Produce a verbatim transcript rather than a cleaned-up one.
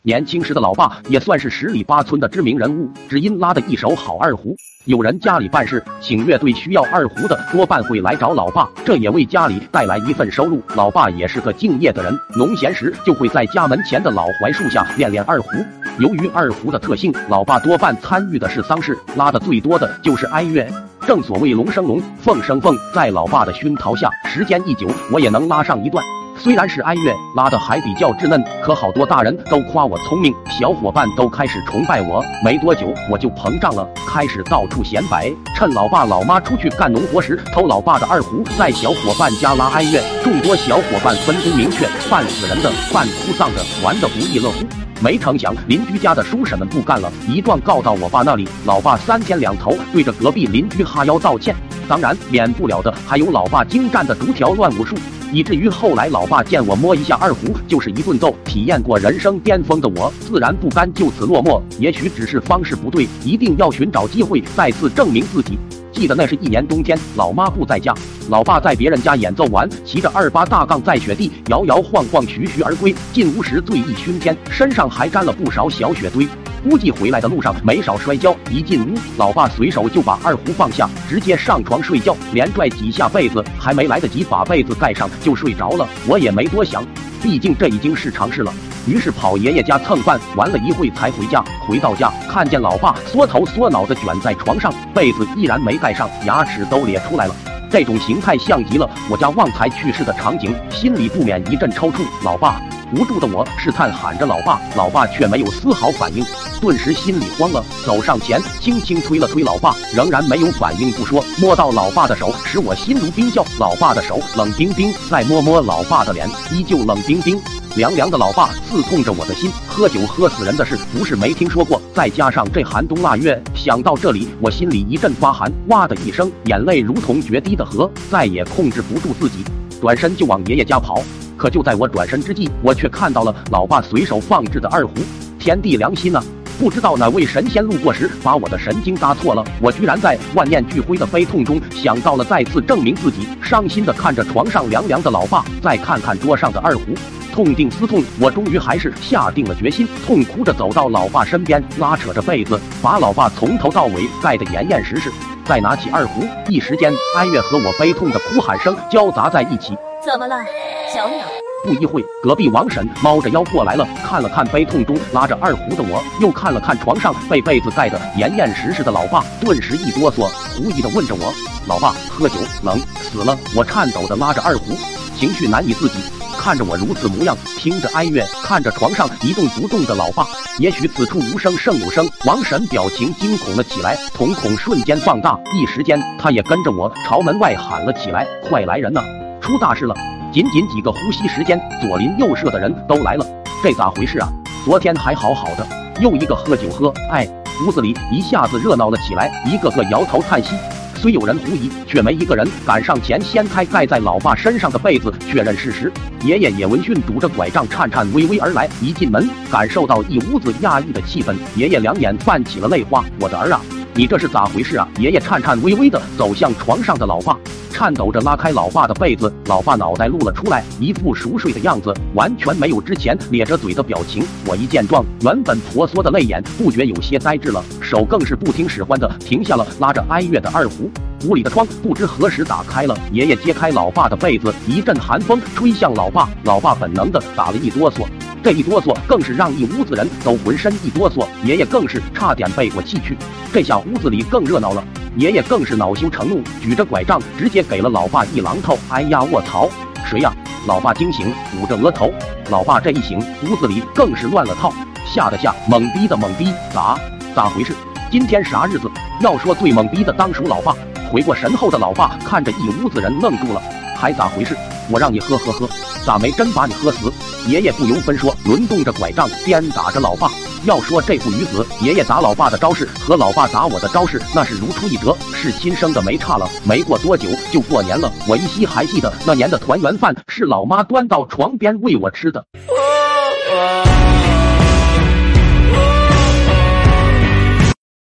年轻时的老爸也算是十里八村的知名人物，只因拉的一手好二胡。有人家里办事，请乐队需要二胡的，多半会来找老爸，这也为家里带来一份收入。老爸也是个敬业的人，农闲时就会在家门前的老槐树下练练二胡。由于二胡的特性，老爸多半参与的是丧事，拉的最多的就是哀乐。正所谓龙生龙，凤生凤，在老爸的熏陶下，时间一久，我也能拉上一段。虽然是哀乐，拉的还比较稚嫩，可好多大人都夸我聪明，小伙伴都开始崇拜我。没多久我就膨胀了，开始到处显摆，趁老爸老妈出去干农活时，偷老爸的二胡，在小伙伴家拉哀乐。众多小伙伴纷纷明确，半死人的，半哭丧的，玩得不亦乐乎。没成想邻居家的叔婶们不干了，一状告到我爸那里，老爸三天两头对着隔壁邻居哈腰道歉。当然免不了的还有老爸精湛的逐条乱舞术，以至于后来老爸见我摸一下二胡就是一顿揍。体验过人生巅峰的我自然不甘就此落寞，也许只是方式不对，一定要寻找机会再次证明自己。记得那是一年冬天，老妈不在家，老爸在别人家演奏完，骑着二八大杠在雪地摇摇晃晃徐徐而归。进屋时醉意熏天，身上还沾了不少小雪堆，估计回来的路上没少摔跤。一进屋，老爸随手就把二胡放下，直接上床睡觉，连拽几下被子，还没来得及把被子盖上就睡着了。我也没多想，毕竟这已经是常事了，于是跑爷爷家蹭饭，玩了一会才回家。回到家，看见老爸缩头缩脑的卷在床上，被子依然没盖上，牙齿都咧出来了。这种形态像极了我家旺财去世的场景，心里不免一阵抽搐。老爸！无助的我试探喊着老爸，老爸却没有丝毫反应，顿时心里慌了，走上前轻轻推了推老爸，仍然没有反应不说，摸到老爸的手使我心如冰窖，老爸的手冷冰冰，再摸摸老爸的脸依旧冷冰冰。凉凉的老爸刺痛着我的心，喝酒喝死人的事不是没听说过，再加上这寒冬腊月，想到这里我心里一阵发寒，哇的一声，眼泪如同决堤的河，再也控制不住自己，转身就往爷爷家跑。可就在我转身之际，我却看到了老爸随手放置的二胡。天地良心啊，不知道哪位神仙路过时把我的神经搭错了，我居然在万念俱灰的悲痛中想到了再次证明自己。伤心的看着床上凉凉的老爸，再看看桌上的二胡，痛定思痛，我终于还是下定了决心，痛哭着走到老爸身边，拉扯着被子把老爸从头到尾盖得严严实实，再拿起二胡，一时间哀乐和我悲痛的哭喊声交杂在一起。 怎么了，小鸟？ 不一会，隔壁王婶猫着腰过来了，看了看悲痛中拉着二胡的我，又看了看床上被被子盖得严严实实的老爸，顿时一哆嗦，狐疑地问着我：“老爸，喝酒冷死了？”我颤抖地拉着二胡，情绪难以自己。看着我如此模样，听着哀乐，看着床上一动不动的老爸，也许此处无声胜有声。王婶表情惊恐了起来，瞳孔瞬间放大，一时间她也跟着我朝门外喊了起来：“快来人呐，出大事了！”仅仅几个呼吸时间，左邻右舍的人都来了。这咋回事啊？昨天还好好的，又一个喝酒喝，哎，屋子里一下子热闹了起来，一个个摇头叹息。虽有人狐疑，却没一个人敢上前掀开盖在老爸身上的被子确认事实。爷爷叶文训拄着拐杖颤颤巍巍而来，一进门感受到一屋子压抑的气氛，爷爷两眼泛起了泪花。我的儿啊，你这是咋回事啊？爷爷颤颤巍巍地走向床上的老爸，颤抖着拉开老爸的被子，老爸脑袋露了出来，一副熟睡的样子，完全没有之前咧着嘴的表情。我一见状，原本婆娑的泪眼不觉有些呆滞了，手更是不听使唤的停下了拉着哀乐的二胡。屋里的窗不知何时打开了，爷爷揭开老爸的被子，一阵寒风吹向老爸，老爸本能的打了一哆嗦，这一哆嗦更是让一屋子人都浑身一哆嗦，爷爷更是差点被我气去。这下屋子里更热闹了，爷爷更是恼羞成怒，举着拐杖直接给了老爸一榔头。哎呀卧槽，谁呀？老爸惊醒，捂着额头。老爸这一醒，屋子里更是乱了套，吓得吓，懵逼的懵逼，咋咋回事？今天啥日子？要说最懵逼的当属老爸。回过神后的老爸看着一屋子人愣住了，还咋回事？我让你喝喝喝，咋没真把你喝死？爷爷不由分说，轮动着拐杖颠打着老爸。要说这父与子，爷爷打老爸的招式和老爸打我的招式那是如出一辙，是亲生的没差了。没过多久就过年了，我依稀还记得那年的团圆饭是老妈端到床边喂我吃的。哦哦